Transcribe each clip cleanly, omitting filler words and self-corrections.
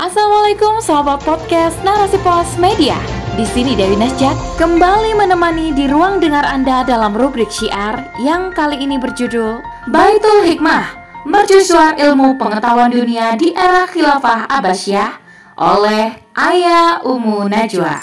Assalamualaikum sahabat podcast Narasi Pos Media. Di sini Dewi Nasjak kembali menemani di ruang dengar Anda dalam rubrik syiar yang kali ini berjudul Baitul Hikmah, Mercusuar Ilmu Pengetahuan Dunia di Era Khilafah Abbasiyah oleh Ayah Ummu Najwa.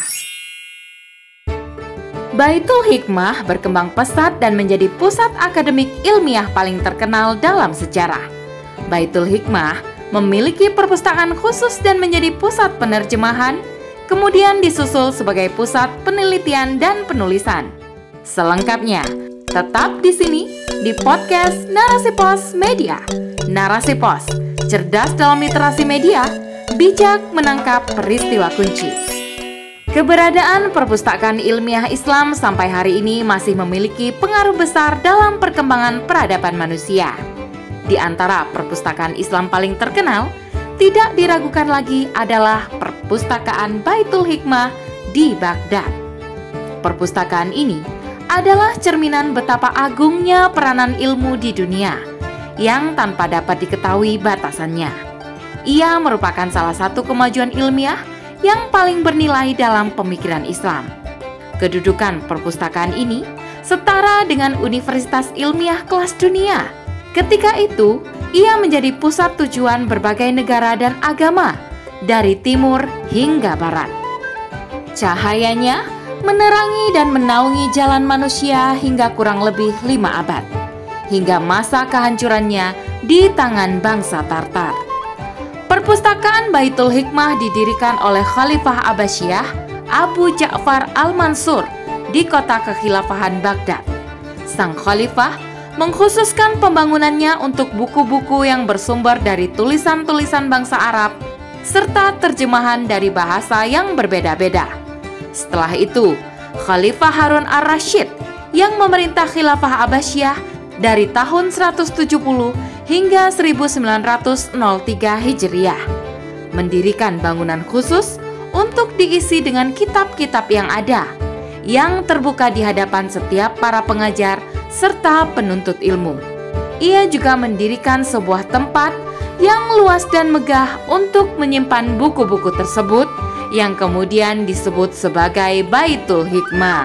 Baitul Hikmah berkembang pesat dan menjadi pusat akademik ilmiah paling terkenal dalam sejarah. Baitul Hikmah memiliki perpustakaan khusus dan menjadi pusat penerjemahan, kemudian disusul sebagai pusat penelitian dan penulisan. Selengkapnya, tetap di sini di podcast Narasi Pos Media. Narasi Pos, cerdas dalam literasi media, bijak menangkap peristiwa kunci. Keberadaan perpustakaan ilmiah Islam sampai hari ini masih memiliki pengaruh besar dalam perkembangan peradaban manusia. Di antara perpustakaan Islam paling terkenal, tidak diragukan lagi adalah Perpustakaan Baitul Hikmah di Baghdad. Perpustakaan ini adalah cerminan betapa agungnya peranan ilmu di dunia, yang tanpa dapat diketahui batasannya. Ia merupakan salah satu kemajuan ilmiah yang paling bernilai dalam pemikiran Islam. Kedudukan perpustakaan ini setara dengan universitas ilmiah kelas dunia. Ketika itu, ia menjadi pusat tujuan berbagai negara dan agama, dari timur hingga barat. Cahayanya menerangi dan menaungi jalan manusia hingga kurang lebih 5 abad, hingga masa kehancurannya di tangan bangsa Tartar. Perpustakaan Baitul Hikmah didirikan oleh Khalifah Abbasiyah Abu Ja'far al-Mansur di kota kekhilafahan Baghdad. Sang khalifah mengkhususkan pembangunannya untuk buku-buku yang bersumber dari tulisan-tulisan bangsa Arab serta terjemahan dari bahasa yang berbeda-beda. Setelah itu, Khalifah Harun ar-Rasyid yang memerintah Khilafah Abbasiyah dari tahun 170 hingga 1903 Hijriah mendirikan bangunan khusus untuk diisi dengan kitab-kitab yang ada, yang terbuka di hadapan setiap para pengajar serta penuntut ilmu. Ia juga mendirikan sebuah tempat yang luas dan megah untuk menyimpan buku-buku tersebut, yang kemudian disebut sebagai Baitul Hikmah.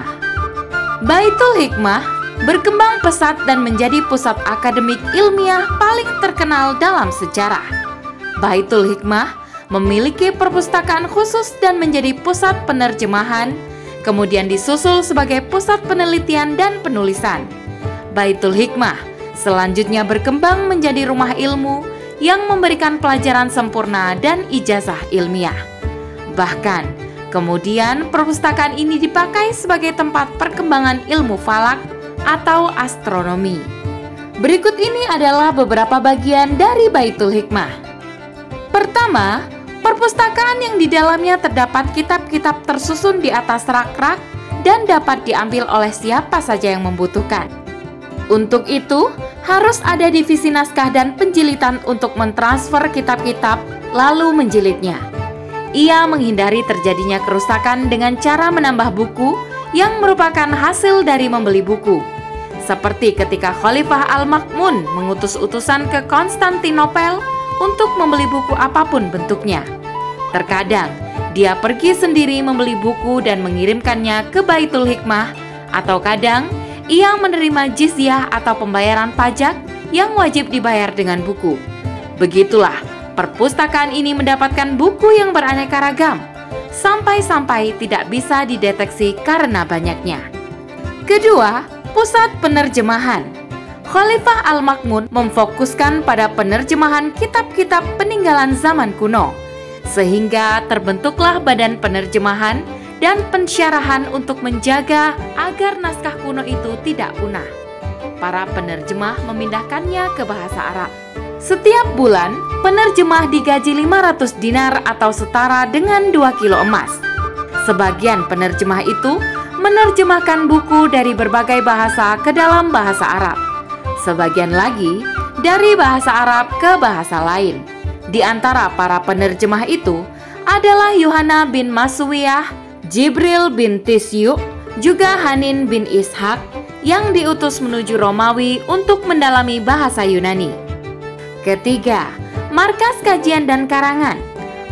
Baitul Hikmah berkembang pesat dan menjadi pusat akademik ilmiah paling terkenal dalam sejarah. Baitul Hikmah memiliki perpustakaan khusus dan menjadi pusat penerjemahan, kemudian disusul sebagai pusat penelitian dan penulisan. Baitul Hikmah selanjutnya berkembang menjadi rumah ilmu yang memberikan pelajaran sempurna dan ijazah ilmiah. Bahkan, kemudian perpustakaan ini dipakai sebagai tempat perkembangan ilmu falak atau astronomi. Berikut ini adalah beberapa bagian dari Baitul Hikmah. Pertama, perpustakaan yang di dalamnya terdapat kitab-kitab tersusun di atas rak-rak dan dapat diambil oleh siapa saja yang membutuhkan. Untuk itu, harus ada divisi naskah dan penjilitan untuk mentransfer kitab-kitab lalu menjilidnya. Ia menghindari terjadinya kerusakan dengan cara menambah buku yang merupakan hasil dari membeli buku. Seperti ketika Khalifah Al-Ma'mun mengutus utusan ke Konstantinopel untuk membeli buku apapun bentuknya. Terkadang, dia pergi sendiri membeli buku dan mengirimkannya ke Baitul Hikmah, atau kadang ia menerima jizyah atau pembayaran pajak yang wajib dibayar dengan buku. Begitulah, perpustakaan ini mendapatkan buku yang beraneka ragam, sampai-sampai tidak bisa dideteksi karena banyaknya. Kedua, pusat penerjemahan. Khalifah Al-Ma'mun memfokuskan pada penerjemahan kitab-kitab peninggalan zaman kuno, sehingga terbentuklah badan penerjemahan dan pensyarahan untuk menjaga agar naskah kuno itu tidak punah. Para penerjemah memindahkannya ke bahasa Arab. Setiap bulan, penerjemah digaji 500 dinar atau setara dengan 2 kilo emas. Sebagian penerjemah itu menerjemahkan buku dari berbagai bahasa ke dalam bahasa Arab. Sebagian lagi dari bahasa Arab ke bahasa lain. Di antara para penerjemah itu adalah Yuhanna bin Maswiyah, Jibril bin Tisyu, juga Hanin bin Ishaq yang diutus menuju Romawi untuk mendalami bahasa Yunani. Ketiga, markas kajian dan karangan.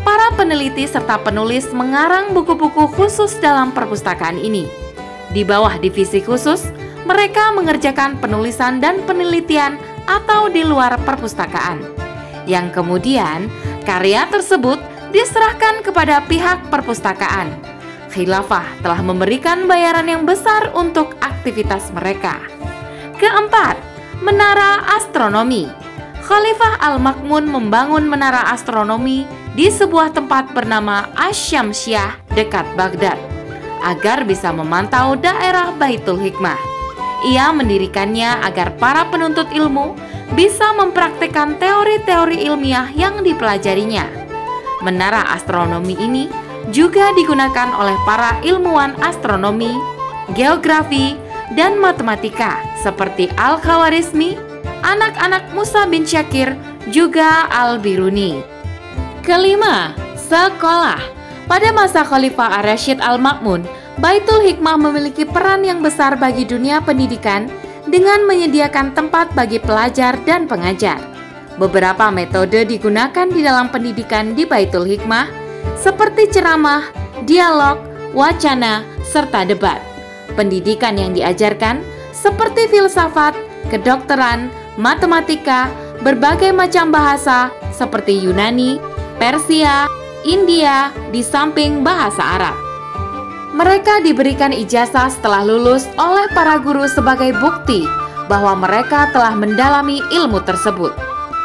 para peneliti serta penulis mengarang buku-buku khusus dalam perpustakaan ini. Di bawah divisi khusus, mereka mengerjakan penulisan dan penelitian atau di luar perpustakaan, yang kemudian karya tersebut diserahkan kepada pihak perpustakaan. Khilafah telah memberikan bayaran yang besar untuk aktivitas mereka. Keempat, menara astronomi. Khalifah Al-Ma'mun membangun menara astronomi di sebuah tempat bernama Asy-Syamsiyah dekat Baghdad agar bisa memantau daerah Baitul Hikmah. Ia mendirikannya agar para penuntut ilmu bisa mempraktikkan teori-teori ilmiah yang dipelajarinya. Menara astronomi ini juga digunakan oleh para ilmuwan astronomi, geografi, dan matematika seperti Al-Khawarizmi, anak-anak Musa bin Syakir, juga Al-Biruni. Kelima, sekolah. Pada masa Khalifah Ar-Rasyid Al-Ma'mun, Baitul Hikmah memiliki peran yang besar bagi dunia pendidikan dengan menyediakan tempat bagi pelajar dan pengajar. Beberapa metode digunakan di dalam pendidikan di Baitul Hikmah, seperti ceramah, dialog, wacana, serta debat. Pendidikan yang diajarkan seperti filsafat, kedokteran, matematika, berbagai macam bahasa seperti Yunani, Persia, India, di samping bahasa Arab. Mereka diberikan ijazah setelah lulus oleh para guru sebagai bukti bahwa mereka telah mendalami ilmu tersebut.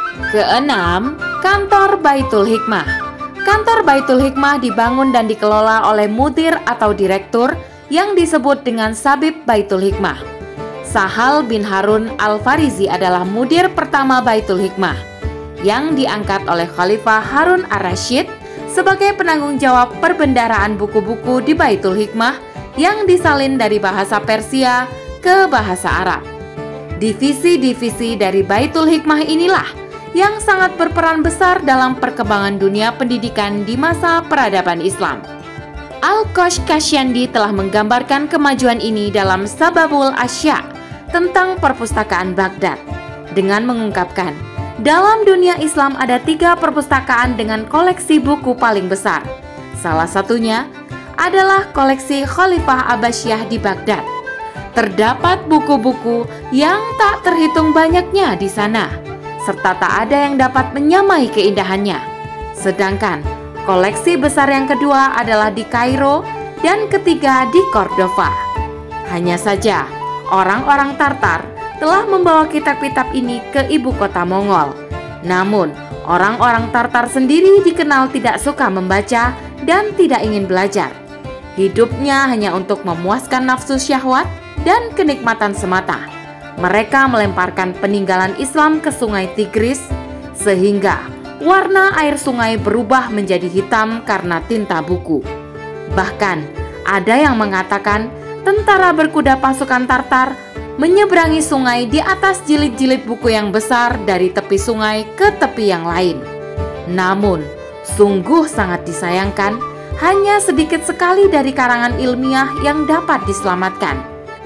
Keenam, kantor Baitul Hikmah. Kantor Baitul Hikmah dibangun dan dikelola oleh mudir atau direktur yang disebut dengan Sabib Baitul Hikmah. Sahal bin Harun Al-Farizi adalah mudir pertama Baitul Hikmah yang diangkat oleh Khalifah Harun Ar-Rasyid sebagai penanggung jawab perbendaharaan buku-buku di Baitul Hikmah yang disalin dari bahasa Persia ke bahasa Arab. Divisi-divisi dari Baitul Hikmah inilah yang sangat berperan besar dalam perkembangan dunia pendidikan di masa peradaban Islam. Al-Qashqashyandi telah menggambarkan kemajuan ini dalam Sababul Asya tentang perpustakaan Baghdad dengan mengungkapkan, dalam dunia Islam ada 3 perpustakaan dengan koleksi buku paling besar. Salah satunya adalah koleksi Khalifah Abbasiyah di Baghdad. Terdapat buku-buku yang tak terhitung banyaknya di sana, serta tak ada yang dapat menyamai keindahannya. Sedangkan koleksi besar yang kedua adalah di Kairo dan ketiga di Cordova. Hanya saja, orang-orang Tartar telah membawa kitab-kitab ini ke ibu kota Mongol. Namun, orang-orang Tartar sendiri dikenal tidak suka membaca dan tidak ingin belajar. Hidupnya hanya untuk memuaskan nafsu syahwat dan kenikmatan semata. Mereka melemparkan peninggalan Islam ke sungai Tigris, sehingga warna air sungai berubah menjadi hitam karena tinta buku. Bahkan, ada yang mengatakan tentara berkuda pasukan Tartar menyeberangi sungai di atas jilid-jilid buku yang besar dari tepi sungai ke tepi yang lain. Namun, sungguh sangat disayangkan, hanya sedikit sekali dari karangan ilmiah yang dapat diselamatkan.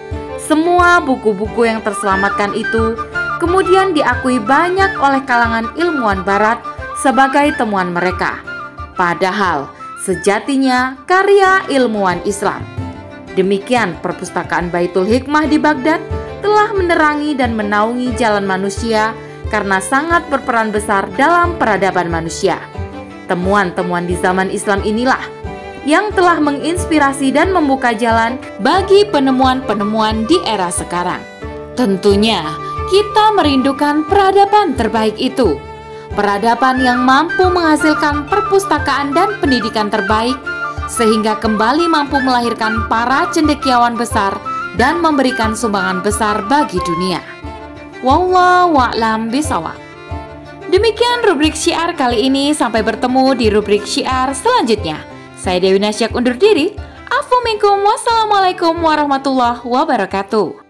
Semua buku-buku yang terselamatkan itu kemudian diakui banyak oleh kalangan ilmuwan barat sebagai temuan mereka. Padahal, sejatinya karya ilmuwan Islam. Demikian perpustakaan Baitul Hikmah di Baghdad telah menerangi dan menaungi jalan manusia karena sangat berperan besar dalam peradaban manusia. Temuan-temuan di zaman Islam inilah yang telah menginspirasi dan membuka jalan bagi penemuan-penemuan di era sekarang. Tentunya kita merindukan peradaban terbaik itu, peradaban yang mampu menghasilkan perpustakaan dan pendidikan terbaik, sehingga kembali mampu melahirkan para cendekiawan besar dan memberikan sumbangan besar bagi dunia. Wallahu a'lam bishawab. Demikian rubrik syiar kali ini, sampai bertemu di rubrik syiar selanjutnya. Saya Dewi Nasyak undur diri. Afu minkum, wassalamualaikum warahmatullahi wabarakatuh.